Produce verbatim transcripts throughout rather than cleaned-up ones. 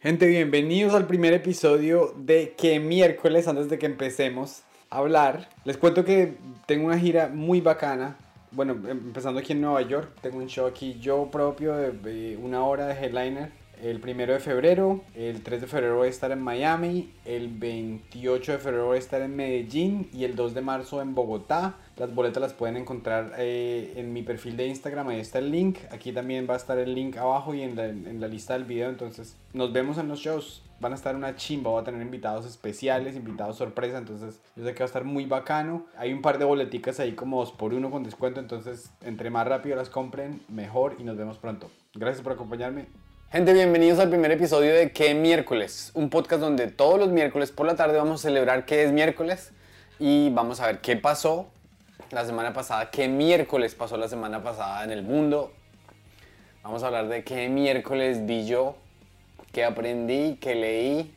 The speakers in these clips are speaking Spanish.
Gente, bienvenidos al primer episodio de Que Miércoles. Antes de que empecemos a hablar, les cuento que tengo una gira muy bacana. Bueno, empezando aquí en Nueva York, tengo un show aquí yo propio de, de una hora de headliner. El primero de febrero, el tres de febrero voy a estar en Miami, el veintiocho de febrero voy a estar en Medellín y el dos de marzo en Bogotá. Las boletas las pueden encontrar eh, en mi perfil de Instagram, ahí está el link. Aquí también va a estar el link abajo y en la, en la lista del video. Entonces nos vemos en los shows. Van a estar una chimba, voy a tener invitados especiales, invitados sorpresa. Entonces yo sé que va a estar muy bacano. Hay un par de boleticas ahí como dos por uno con descuento. Entonces entre más rápido las compren, mejor, y nos vemos pronto. Gracias por acompañarme. Gente, bienvenidos al primer episodio de ¿Qué miércoles? Un podcast donde todos los miércoles por la tarde vamos a celebrar que es miércoles y vamos a ver qué pasó la semana pasada, qué miércoles pasó la semana pasada en el mundo. Vamos a hablar de qué miércoles vi yo, qué aprendí, qué leí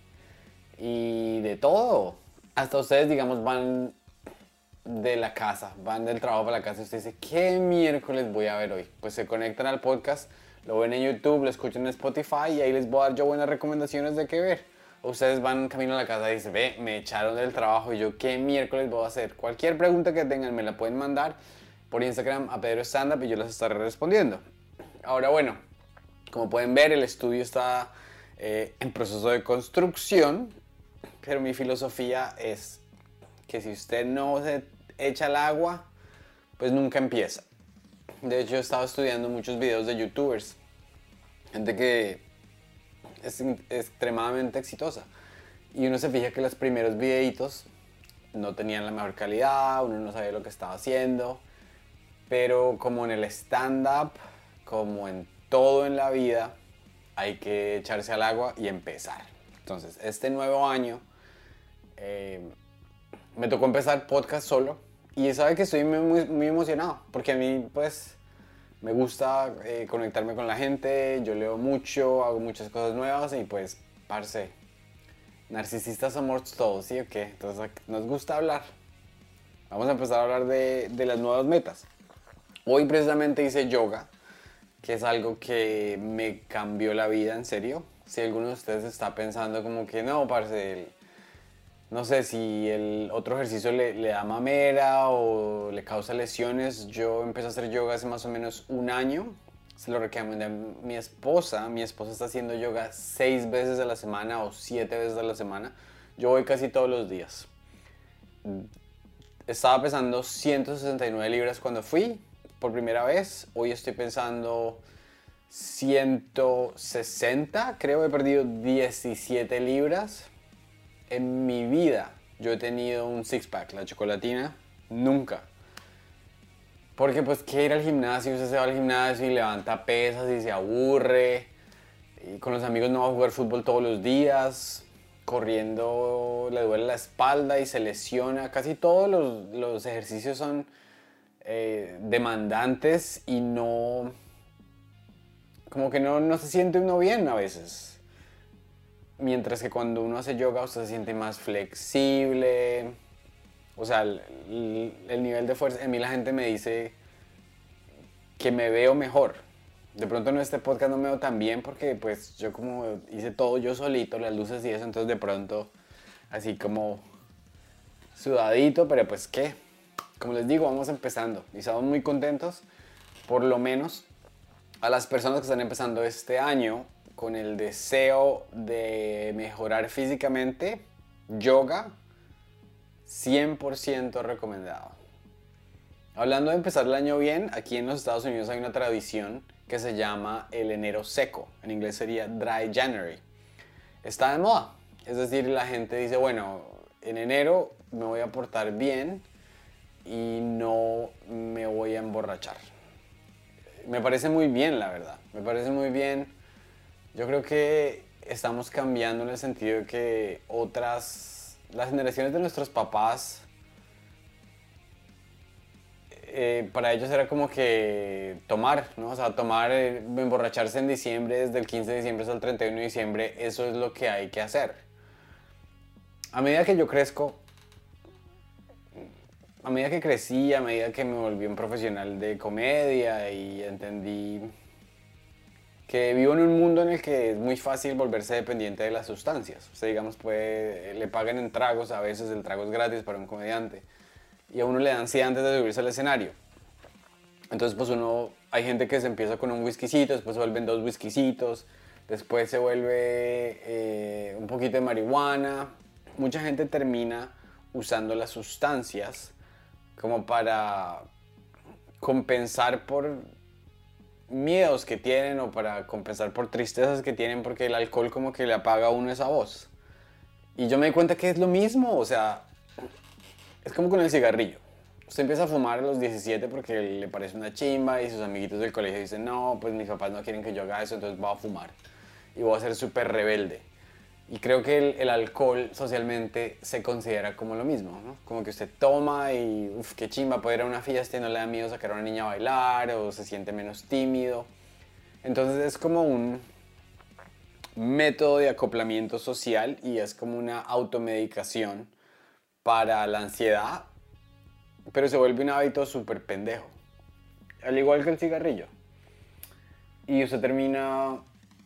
y de todo. Hasta ustedes, digamos, van de la casa, van del trabajo para la casa y usted dice, ¿qué miércoles voy a ver hoy? Pues se conectan al podcast. Lo ven en YouTube, lo escuchan en Spotify y ahí les voy a dar yo buenas recomendaciones de qué ver. O ustedes van camino a la casa y dicen, ve, me echaron del trabajo y yo qué miércoles voy a hacer. Cualquier pregunta que tengan me la pueden mandar por Instagram a Pedro Stand Up y yo las estaré respondiendo. Ahora bueno, como pueden ver el estudio está eh, en proceso de construcción, pero mi filosofía es que si usted no se echa al agua, pues nunca empieza. De hecho, he estado estudiando muchos videos de youtubers, gente que es extremadamente exitosa. Y uno se fija que los primeros videitos no tenían la mejor calidad, uno no sabía lo que estaba haciendo. Pero como en el stand-up, como en todo en la vida, hay que echarse al agua y empezar. Entonces, este nuevo año eh, me tocó empezar podcast solo. Y sabe que estoy muy, muy emocionado, porque a mí pues me gusta eh, conectarme con la gente, yo leo mucho, hago muchas cosas nuevas y pues, parce, narcisistas somos todos, ¿sí o qué? Entonces nos gusta hablar. Vamos a empezar a hablar de, de las nuevas metas. Hoy precisamente hice yoga, que es algo que me cambió la vida, en serio. Si alguno de ustedes está pensando como que no, parce, el, no sé si el otro ejercicio le, le da mamera o le causa lesiones. Yo empecé a hacer yoga hace más o menos un año. Se lo recomendé a mi esposa. Mi esposa está haciendo yoga seis veces a la semana o siete veces a la semana. Yo voy casi todos los días. Estaba pesando ciento sesenta y nueve libras cuando fui por primera vez. Hoy estoy pensando ciento sesenta. Creo que he perdido diecisiete libras. En mi vida yo he tenido un six pack, la chocolatina, nunca. Porque pues que ir al gimnasio, usted se va al gimnasio y levanta pesas y se aburre. Y con los amigos no va a jugar fútbol todos los días. Corriendo le duele la espalda y se lesiona. Casi todos los, los ejercicios son eh, demandantes y no... Como que no, no se siente uno bien a veces. Mientras que cuando uno hace yoga usted se siente más flexible. O sea, el, el, el nivel de fuerza. A mí la gente me dice que me veo mejor. De pronto en este podcast no me veo tan bien porque pues yo como hice todo yo solito, las luces y eso. Entonces de pronto así como sudadito, pero pues qué. Como les digo, vamos empezando y estamos muy contentos. Por lo menos a las personas que están empezando este año con el deseo de mejorar físicamente, yoga, cien por ciento recomendado. Hablando de empezar el año bien, aquí en los Estados Unidos hay una tradición que se llama el enero seco. En inglés sería Dry January. Está de moda. Es decir, la gente dice, bueno, en enero me voy a portar bien y no me voy a emborrachar. Me parece muy bien, la verdad. Me parece muy bien. Yo creo que estamos cambiando en el sentido de que otras, las generaciones de nuestros papás, eh, para ellos era como que tomar, ¿no? O sea, tomar, eh, emborracharse en diciembre, desde el quince de diciembre hasta el treinta y uno de diciembre, eso es lo que hay que hacer. A medida que yo crezco, a medida que crecí, a medida que me volví un profesional de comedia y entendí que vivo en un mundo en el que es muy fácil volverse dependiente de las sustancias. Usted, digamos, puede, le pagan en tragos, a veces el trago es gratis para un comediante, y a uno le da ansiedad antes de subirse al escenario. Entonces, pues uno, hay gente que se empieza con un whiskycito, después se vuelven dos whiskycitos, después se vuelve eh, un poquito de marihuana. Mucha gente termina usando las sustancias como para compensar por miedos que tienen o para compensar por tristezas que tienen, porque el alcohol como que le apaga a uno esa voz. Y yo me di cuenta que es lo mismo, o sea, es como con el cigarrillo. Usted empieza a fumar a los diecisiete porque le parece una chimba y sus amiguitos del colegio dicen, no, pues mis papás no quieren que yo haga eso, entonces voy a fumar. Y voy a ser súper rebelde. Y creo que el, el alcohol socialmente se considera como lo mismo, ¿no? Como que usted toma y, uff, qué chimba, puede ir a una fiesta y no le da miedo sacar a una niña a bailar o se siente menos tímido. Entonces es como un método de acoplamiento social y es como una automedicación para la ansiedad, pero se vuelve un hábito súper pendejo, al igual que el cigarrillo. Y usted termina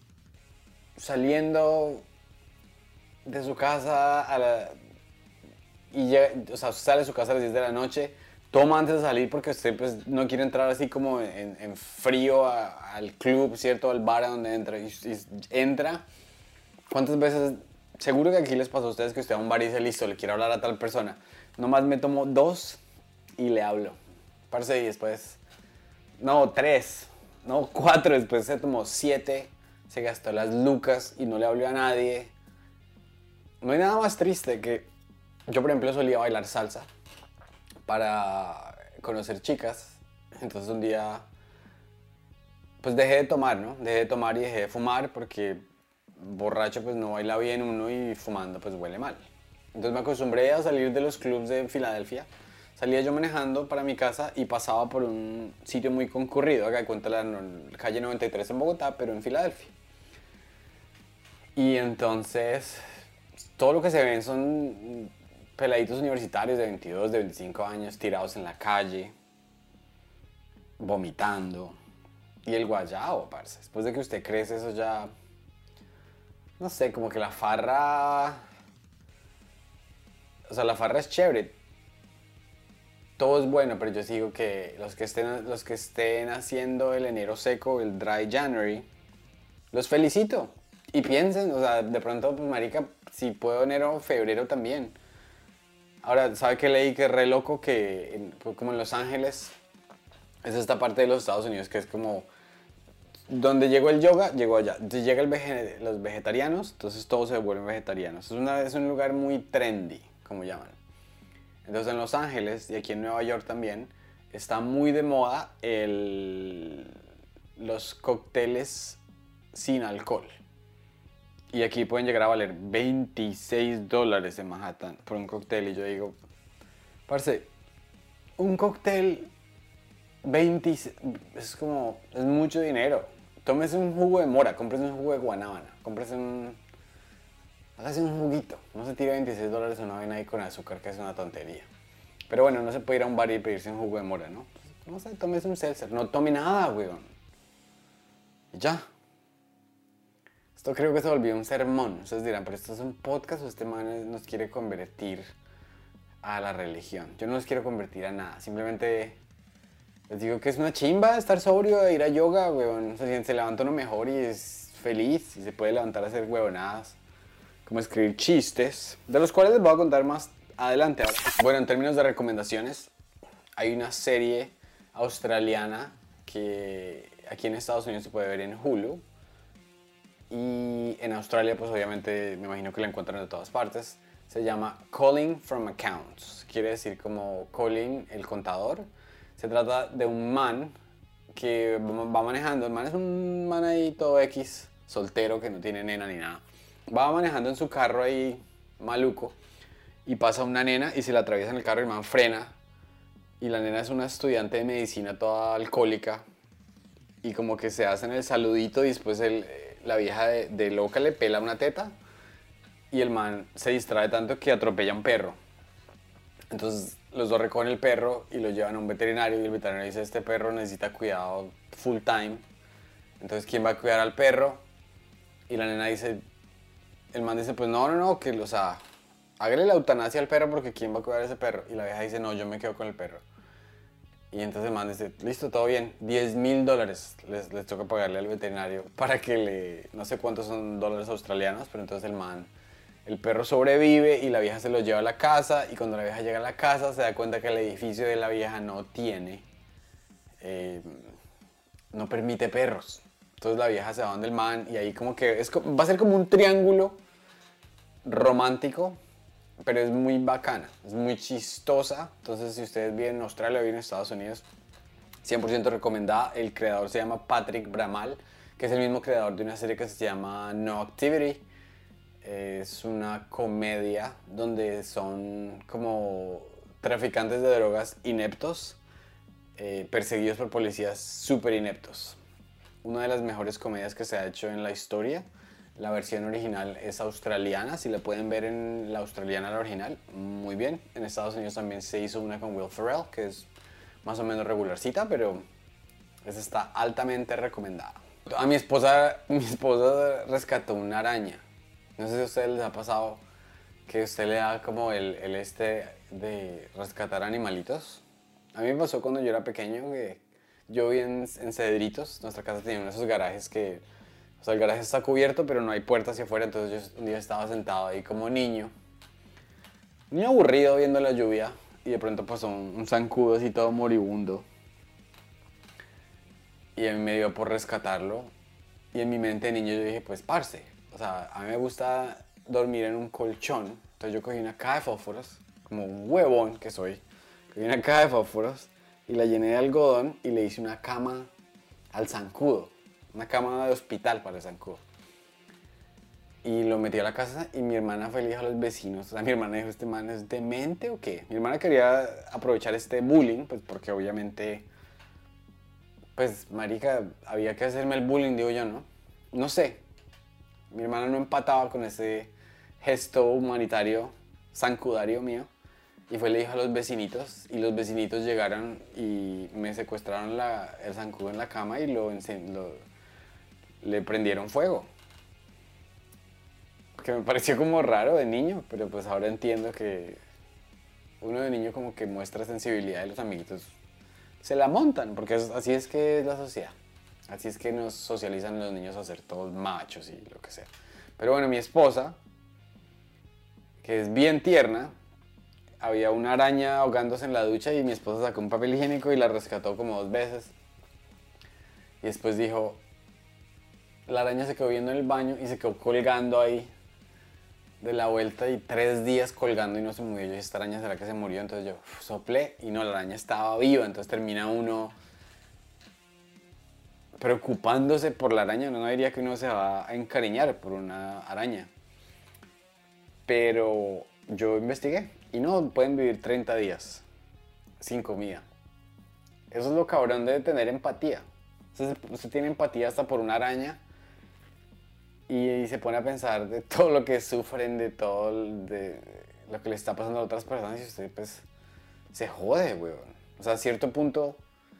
saliendo de su casa a la, y llega, o sea, sale de su casa a las diez de la noche, toma antes de salir porque usted pues, no quiere entrar así como en, en frío a, al club, ¿cierto? Al bar a donde entra. Y, y entra. ¿Cuántas veces? Seguro que aquí les pasó a ustedes que usted va a un bar y dice, listo, le quiero hablar a tal persona. Nomás me tomo dos y le hablo. Parce, y después, no, tres, no, cuatro, después se tomó siete, se gastó las lucas y no le habló a nadie. No hay nada más triste que yo, por ejemplo, solía bailar salsa para conocer chicas. Entonces un día, pues dejé de tomar, ¿no? Dejé de tomar y dejé de fumar porque borracho pues no baila bien uno y fumando pues huele mal. Entonces me acostumbré a salir de los clubs de Filadelfia. Salía yo manejando para mi casa y pasaba por un sitio muy concurrido, acá de cuenta la calle noventa y tres en Bogotá, pero en Filadelfia. Y entonces todo lo que se ven son peladitos universitarios de veintidós, de veinticinco años tirados en la calle, vomitando. Y el guayabo, parce. Después de que usted crece, eso ya, no sé, como que la farra, o sea, la farra es chévere, todo es bueno, pero yo digo que los que estén, los que estén haciendo el enero seco, el dry January, los felicito. Y piensen, o sea, de pronto, pues marica, si puedo enero, febrero también. Ahora, ¿sabe qué leí? Que es re loco que, en, como en Los Ángeles, es esta parte de los Estados Unidos que es como, donde llegó el yoga, llegó allá. Entonces llega el vege, los vegetarianos, entonces todos se vuelven vegetarianos. Es, una, es un lugar muy trendy, como llaman. Entonces en Los Ángeles y aquí en Nueva York también está muy de moda el, los cócteles sin alcohol. Y aquí pueden llegar a valer veintiséis dólares en Manhattan por un cóctel. Y yo digo, parce, un cóctel veinte, es como, es mucho dinero. Tómese un jugo de mora, cómprese un jugo de guanábana, cómprese un, hágase un juguito. No se tire veintiséis dólares una vaina ahí con azúcar, que es una tontería. Pero bueno, no se puede ir a un bar y pedirse un jugo de mora, ¿no? No sé, tómese un seltzer, no tome nada, weón. Y ya. Esto creo que se volvió un sermón. Ustedes dirán, pero esto es un podcast o este man nos quiere convertir a la religión. Yo no los quiero convertir a nada. Simplemente les digo que es una chimba estar sobrio, ir a yoga, weón. Se, se levanta uno mejor y es feliz y se puede levantar a hacer huevonadas. Como escribir chistes, de los cuales les voy a contar más adelante. Ahora. Bueno, en términos de recomendaciones, hay una serie australiana que aquí en Estados Unidos se puede ver en Hulu. Y en Australia, pues obviamente me imagino que la encuentran de todas partes. Se llama Calling from Accounts. Quiere decir como Calling, el contador. Se trata de un man que va manejando. El man es un man ahí todo X, soltero, que no tiene nena ni nada. Va manejando en su carro ahí, maluco. Y pasa una nena y se la atraviesa en el carro y el man frena. Y la nena es una estudiante de medicina toda alcohólica. Y como que se hacen el saludito y después el... la vieja de, de loca le pela una teta y el man se distrae tanto que atropella a un perro. Entonces los dos recogen el perro y lo llevan a un veterinario y el veterinario dice, este perro necesita cuidado full time Entonces, ¿quién va a cuidar al perro? Y la nena dice, el man dice, pues no, no, no, que, o sea, hágale la eutanasia al perro porque ¿quién va a cuidar a ese perro? Y la vieja dice, no, yo me quedo con el perro. Y entonces el man dice, listo, todo bien, diez mil dólares les, les toca pagarle al veterinario para que le, no sé cuántos son dólares australianos, pero entonces el man, el perro sobrevive y la vieja se lo lleva a la casa y cuando la vieja llega a la casa se da cuenta que el edificio de la vieja no tiene, eh, no permite perros. Entonces la vieja se va donde el man y ahí como que es, va a ser como un triángulo romántico, pero es muy bacana, es muy chistosa. Entonces si ustedes viven en Australia o viven en Estados Unidos, cien por ciento recomendada. El creador se llama Patrick Bramal, que es el mismo creador de una serie que se llama No Activity. Es una comedia donde son como traficantes de drogas ineptos, eh, perseguidos por policías súper ineptos. Una de las mejores comedias que se ha hecho en la historia. La versión original es australiana, si la pueden ver en la australiana, la original, muy bien. En Estados Unidos también se hizo una con Will Ferrell, que es más o menos regularcita, pero esa está altamente recomendada. A mi esposa, mi esposa rescató una araña. No sé si a ustedes les ha pasado que usted le da como el, el este de rescatar animalitos. A mí me pasó cuando yo era pequeño, que yo vivía en, en Cedritos, nuestra casa tenía uno de esos garajes que... O sea, el garaje está cubierto, pero no hay puerta hacia afuera, entonces yo un día estaba sentado ahí como niño, niño aburrido viendo la lluvia, y de pronto pasó un, un zancudo así todo moribundo. Y a mí me dio por rescatarlo, y en mi mente de niño yo dije, pues parce, o sea, a mí me gusta dormir en un colchón, entonces yo cogí una caja de fósforos, como un huevón que soy, cogí una caja de fósforos y la llené de algodón y le hice una cama al zancudo. Una cama de hospital para el zancudo. Y lo metí a la casa y mi hermana fue y le dijo a los vecinos, o sea, mi hermana dijo, ¿este man es demente o qué? Mi hermana quería aprovechar este bullying, pues porque obviamente, pues marica, había que hacerme el bullying, digo yo, ¿no? No sé, mi hermana no empataba con ese gesto humanitario, zancudario mío. Y fue y le dijo a los vecinitos, y los vecinitos llegaron y me secuestraron la, el zancudo en la cama y lo, lo le prendieron fuego. Que me pareció como raro de niño, pero pues ahora entiendo que uno de niño como que muestra sensibilidad y los amiguitos se la montan, porque es, así es que es la sociedad. Así es que nos socializan los niños a ser todos machos y lo que sea. Pero bueno, mi esposa, que es bien tierna, había una araña ahogándose en la ducha y mi esposa sacó un papel higiénico y la rescató como dos veces. Y después dijo, la araña se quedó viendo en el baño y se quedó colgando ahí de la vuelta y tres días colgando y no se murió. Yo dije, esta araña será que se murió, entonces yo uf, soplé y no, la araña estaba viva, entonces termina uno preocupándose por la araña. No, no diría que uno se va a encariñar por una araña, pero yo investigué y no, pueden vivir treinta días sin comida. Eso es lo cabrón de tener empatía. Usted, usted tiene empatía hasta por una araña y se pone a pensar de todo lo que sufren, de todo de lo que le está pasando a otras personas y usted pues se jode, weón. O sea, a cierto punto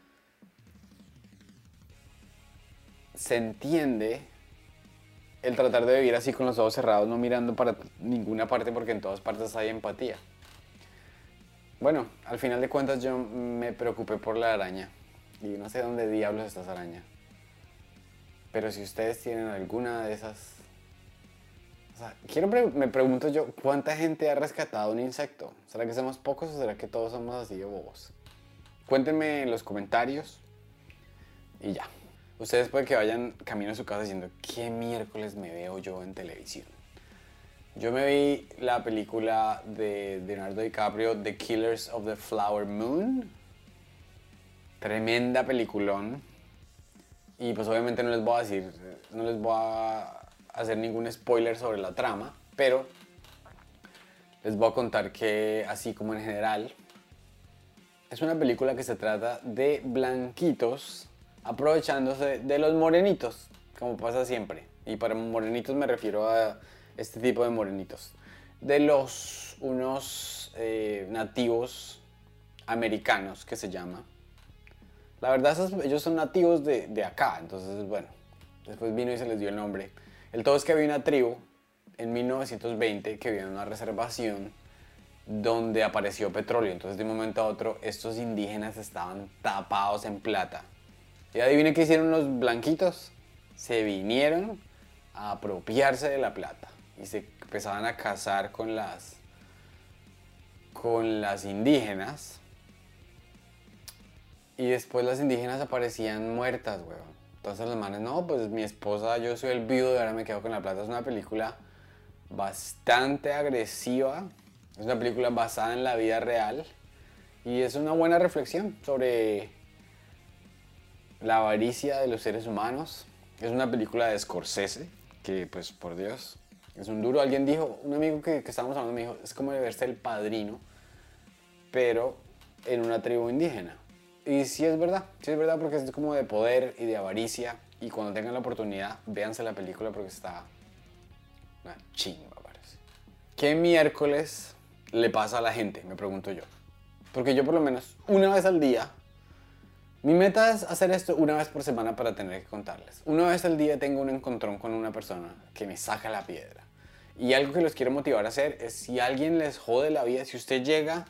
se entiende el tratar de vivir así con los ojos cerrados, no mirando para ninguna parte porque en todas partes hay empatía. Bueno, al final de cuentas yo me preocupé por la araña y no sé dónde diablos está esa araña. Pero si ustedes tienen alguna de esas... O sea, quiero pre me pregunto yo, ¿cuánta gente ha rescatado un insecto? ¿Será que somos pocos o será que todos somos así de bobos? Cuéntenme en los comentarios y ya. Ustedes pueden que vayan camino a su casa diciendo, ¿qué miércoles me veo yo en televisión? Yo me vi la película de Leonardo DiCaprio, The Killers of the Flower Moon. Tremenda peliculón. Y pues obviamente no les voy a decir, no les voy a hacer ningún spoiler sobre la trama, pero les voy a contar que, así como en general, es una película que se trata de blanquitos aprovechándose de los morenitos, como pasa siempre. Y para morenitos me refiero a este tipo de morenitos. De los, unos eh, nativos americanos que se llama. La verdad, esos, ellos son nativos de, de acá, entonces, bueno, Después vino y se les dio el nombre. El todo es que había una tribu en mil novecientos veinte que vivía en una reservación donde apareció petróleo. Entonces de un momento a otro estos indígenas estaban tapados en plata. Y adivinen qué hicieron los blanquitos. Se vinieron a apropiarse de la plata y se empezaban a casar con las con las indígenas. Y después las indígenas aparecían muertas, weón. Entonces los manes, no, pues mi esposa, yo soy el viudo y ahora me quedo con la plata. Es una película bastante agresiva. Es una película basada en la vida real. Y es una buena reflexión sobre la avaricia de los seres humanos. Es una película de Scorsese, que pues por Dios, es un duro. Alguien dijo, un amigo que, que estábamos hablando me dijo, es como de verse El Padrino, pero en una tribu indígena. Y sí es verdad, sí es verdad porque es como de poder y de avaricia. Y cuando tengan la oportunidad, véanse la película porque está una chimba, parece. ¿Qué miércoles le pasa a la gente? Me pregunto yo. Porque yo por lo menos una vez al día, mi meta es hacer esto una vez por semana para tener que contarles. Una vez al día tengo un encontrón con una persona que me saca la piedra. Y algo que los quiero motivar a hacer es si alguien les jode la vida, si usted llega...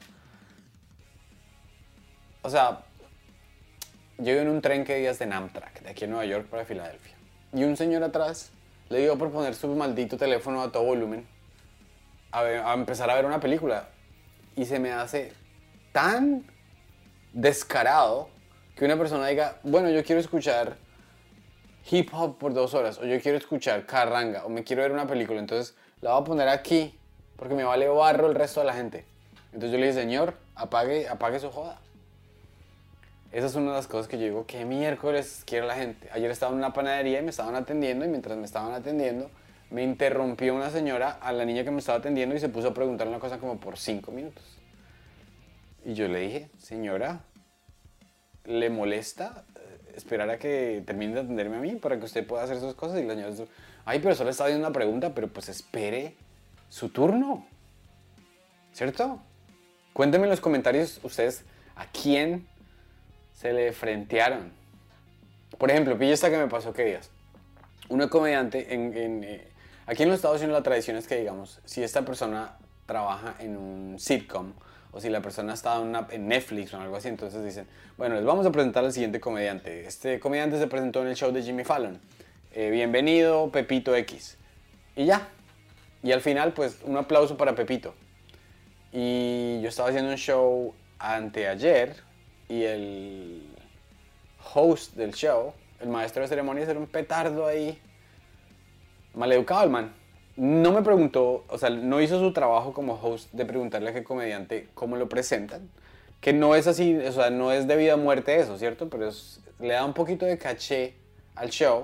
O sea, yo iba en un tren que días de Amtrak, de aquí en Nueva York para Filadelfia. Y un señor atrás le dio por poner su maldito teléfono a todo volumen a, ver, a empezar a ver una película. Y se me hace tan descarado que una persona diga, bueno, yo quiero escuchar hip hop por dos horas, o yo quiero escuchar carranga, o me quiero ver una película, entonces la voy a poner aquí porque me vale barro el resto de la gente. Entonces yo le dije, señor, apague, apague su joda. Esa es una de las cosas que yo digo, ¿qué miércoles quiere la gente? Ayer estaba en una panadería y me estaban atendiendo, y mientras me estaban atendiendo, me interrumpió una señora a la niña que me estaba atendiendo y se puso a preguntar una cosa como por cinco minutos. Y yo le dije, señora, ¿le molesta esperar a que termine de atenderme a mí para que usted pueda hacer sus cosas? Y la señora, ay, pero solo estaba haciendo una pregunta, pero pues espere su turno, ¿cierto? Cuéntenme en los comentarios ustedes a quién se le frentearon. Por ejemplo, pilla esta que me pasó que días. Una comediante, en, en, eh, aquí en los Estados Unidos la tradición es que digamos, si esta persona trabaja en un sitcom, o si la persona está en, una, en Netflix o algo así, entonces dicen, bueno, les vamos a presentar al siguiente comediante. Este comediante se presentó en el show de Jimmy Fallon. Eh, bienvenido, Pepito X. Y ya. Y al final, pues, un aplauso para Pepito. Y yo estaba haciendo un show anteayer y el host del show, el maestro de ceremonias, era un petardo ahí, maleducado el man. No me preguntó, o sea, no hizo su trabajo como host de preguntarle a qué comediante cómo lo presentan, que no es así, o sea, no es de vida o muerte eso, ¿cierto? Pero es, le da un poquito de caché al show.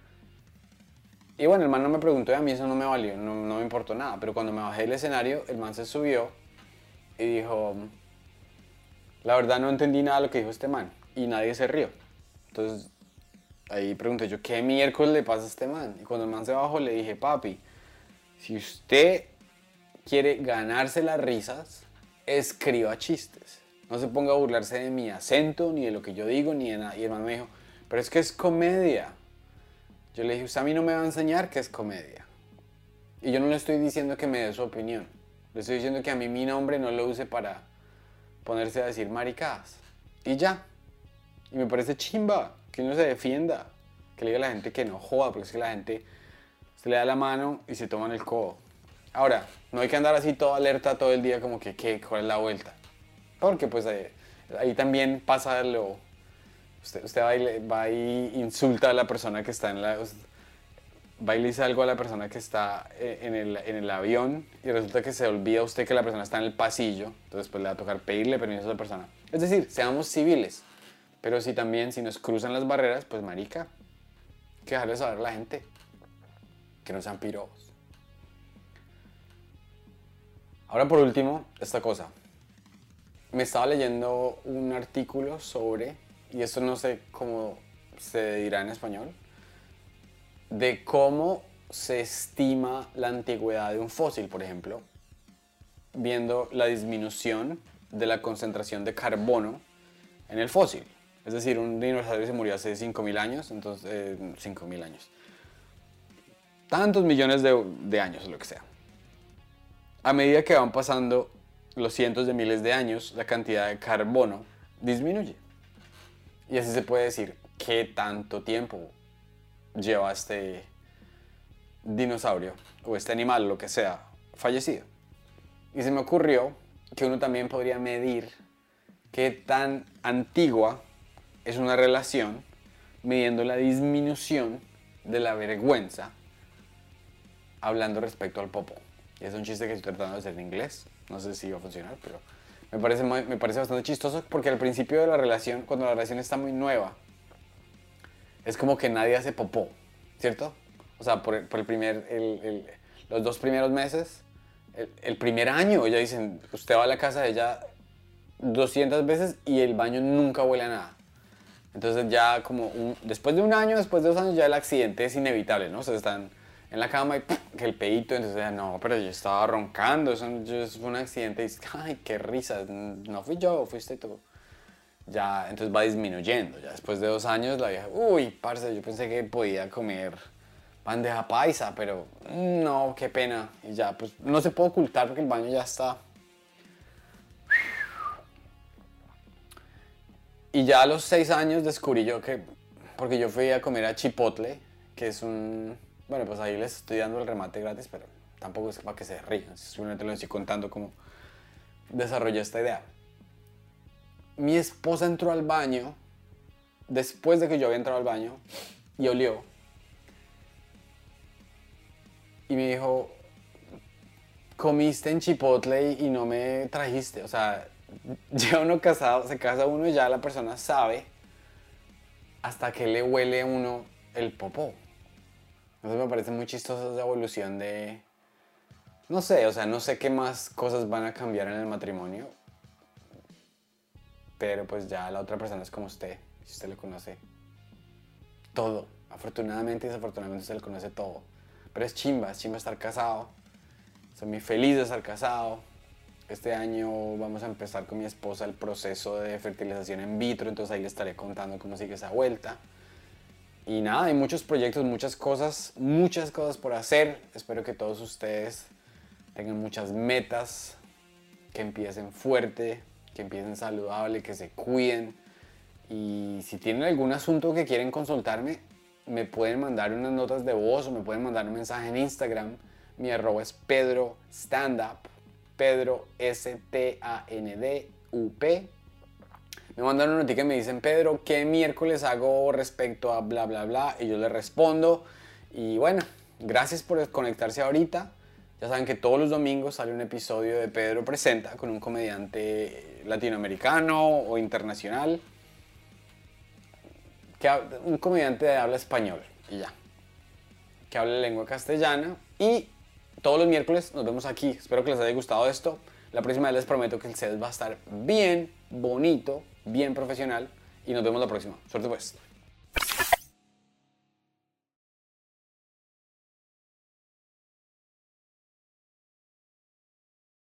Y bueno, el man no me preguntó y a mí eso no me valió, no, no me importó nada. Pero cuando me bajé del escenario, el man se subió y dijo, la verdad no entendí nada de lo que dijo este man. Y nadie se rió. Entonces, ahí pregunté yo, ¿qué miércoles le pasa a este man? Y cuando el man se bajó le dije, papi, si usted quiere ganarse las risas, escriba chistes. No se ponga a burlarse de mi acento, ni de lo que yo digo, ni de nada. Y el man me dijo, pero es que es comedia. Yo le dije, usted a mí no me va a enseñar que es comedia. Y yo no le estoy diciendo que me dé su opinión. Le estoy diciendo que a mí mi nombre no lo use para ponerse a decir maricadas. Y ya. Y me parece chimba que uno se defienda. Que le diga a la gente que no joda, porque es que la gente se le da la mano y se toman el codo. Ahora, no hay que andar así todo alerta todo el día como que, ¿qué? ¿Cuál es la vuelta? Porque pues ahí, ahí también pasa lo... Usted, usted va, y le, va y insulta a la persona que está en la... Va y le dice algo a la persona que está en el, en el avión y resulta que se olvida usted que la persona está en el pasillo. Entonces pues le va a tocar pedirle permiso a esa persona. Es decir, seamos civiles. Pero si también, si nos cruzan las barreras, pues marica, hay que dejarle saber a la gente que no sean pirojos. Ahora por último, esta cosa. Me estaba leyendo un artículo sobre, y esto no sé cómo se dirá en español, de cómo se estima la antigüedad de un fósil, por ejemplo, viendo la disminución de la concentración de carbono en el fósil. Es decir, un dinosaurio se murió hace cinco mil años, entonces, eh, cinco mil años. tantos millones de, de años, lo que sea. A medida que van pasando los cientos de miles de años, la cantidad de carbono disminuye. Y así se puede decir qué tanto tiempo lleva este dinosaurio o este animal, lo que sea, fallecido. Y se me ocurrió que uno también podría medir qué tan antigua es una relación midiendo la disminución de la vergüenza hablando respecto al popo. Y es un chiste que estoy tratando de hacer en inglés. No sé si va a funcionar, pero me parece, muy- me parece bastante chistoso porque al principio de la relación, cuando la relación está muy nueva, es como que nadie hace popó, ¿cierto? O sea, por el, por el primer, el- el- los dos primeros meses, el, el primer año, ya dicen, usted va a la casa de ella doscientas veces y el baño nunca huele a nada. Entonces ya como un- después de un año, después de dos años, ya el accidente es inevitable, ¿no? O sea, están en la cama y ¡pum! Que el pedito, entonces ya, no, pero yo estaba roncando, eso, no- eso fue un accidente, y dices, ay, qué risa, no fui yo, fuiste tú. Ya, entonces va disminuyendo, ya después de dos años la vieja, uy, parce, yo pensé que podía comer bandeja paisa, pero no, qué pena, y ya, pues no se puede ocultar porque el baño ya está. Y ya a los seis años descubrí yo que, porque yo fui a comer a Chipotle, que es un, bueno, pues ahí les estoy dando el remate gratis, pero tampoco es para que se rían, simplemente les estoy contando cómo desarrollé esta idea. Mi esposa entró al baño, después de que yo había entrado al baño, y olió. Y me dijo, comiste en Chipotle y no me trajiste. O sea, ya uno casado, se casa uno y ya la persona sabe hasta que le huele a uno el popó. Entonces me parece muy chistosa esa evolución de... No sé, o sea, no sé qué más cosas van a cambiar en el matrimonio. Pero pues ya la otra persona es como usted, si usted le conoce todo. Afortunadamente y desafortunadamente usted le conoce todo. Pero es chimba, es chimba estar casado. Soy muy feliz de estar casado. Este año vamos a empezar con mi esposa el proceso de fertilización in vitro, entonces ahí le estaré contando cómo sigue esa vuelta. Y nada, hay muchos proyectos, muchas cosas, muchas cosas por hacer. Espero que todos ustedes tengan muchas metas, que empiecen fuerte, que empiecen saludable, que se cuiden. Y si tienen algún asunto que quieren consultarme, me pueden mandar unas notas de voz o me pueden mandar un mensaje en Instagram. Mi arroba es Pedro Standup, Pedro S T A N D U P. Me mandan una noticia y me dicen, Pedro, ¿qué miércoles hago respecto a bla bla bla? Y yo les respondo. Y bueno, gracias por conectarse ahorita. Ya saben que todos los domingos sale un episodio de Pedro Presenta con un comediante latinoamericano o internacional. Que, un comediante de habla español y ya. Que hable lengua castellana. Y todos los miércoles nos vemos aquí. Espero que les haya gustado esto. La próxima vez les prometo que el set va a estar bien bonito, bien profesional. Y nos vemos la próxima. Suerte pues.